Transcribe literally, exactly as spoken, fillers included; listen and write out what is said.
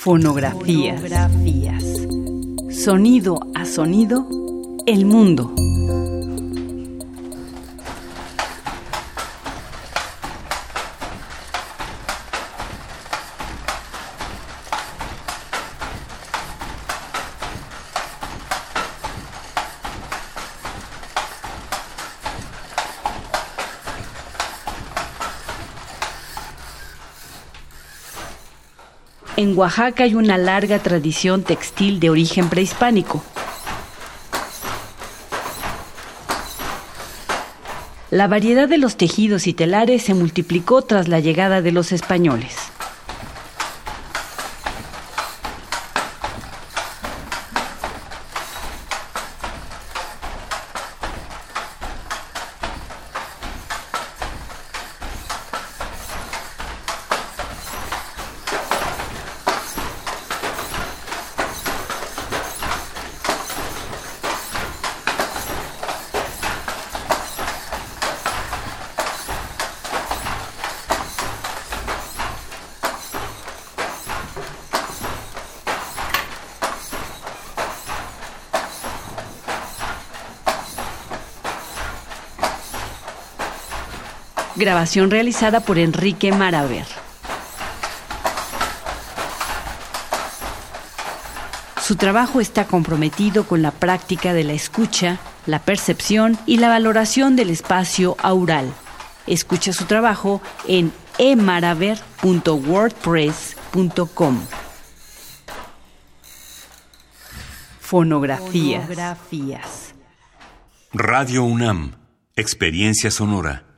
Fonografías. Fonografías. Sonido a sonido, el mundo. En Oaxaca hay una larga tradición textil de origen prehispánico. La variedad de los tejidos y telares se multiplicó tras la llegada de los españoles. Grabación realizada por Enrique Maraver. Su trabajo está comprometido con la práctica de la escucha, la percepción y la valoración del espacio aural. Escucha su trabajo en e maraver punto wordpress punto com. Fonografías. Fonografías. Radio UNAM. Experiencia sonora.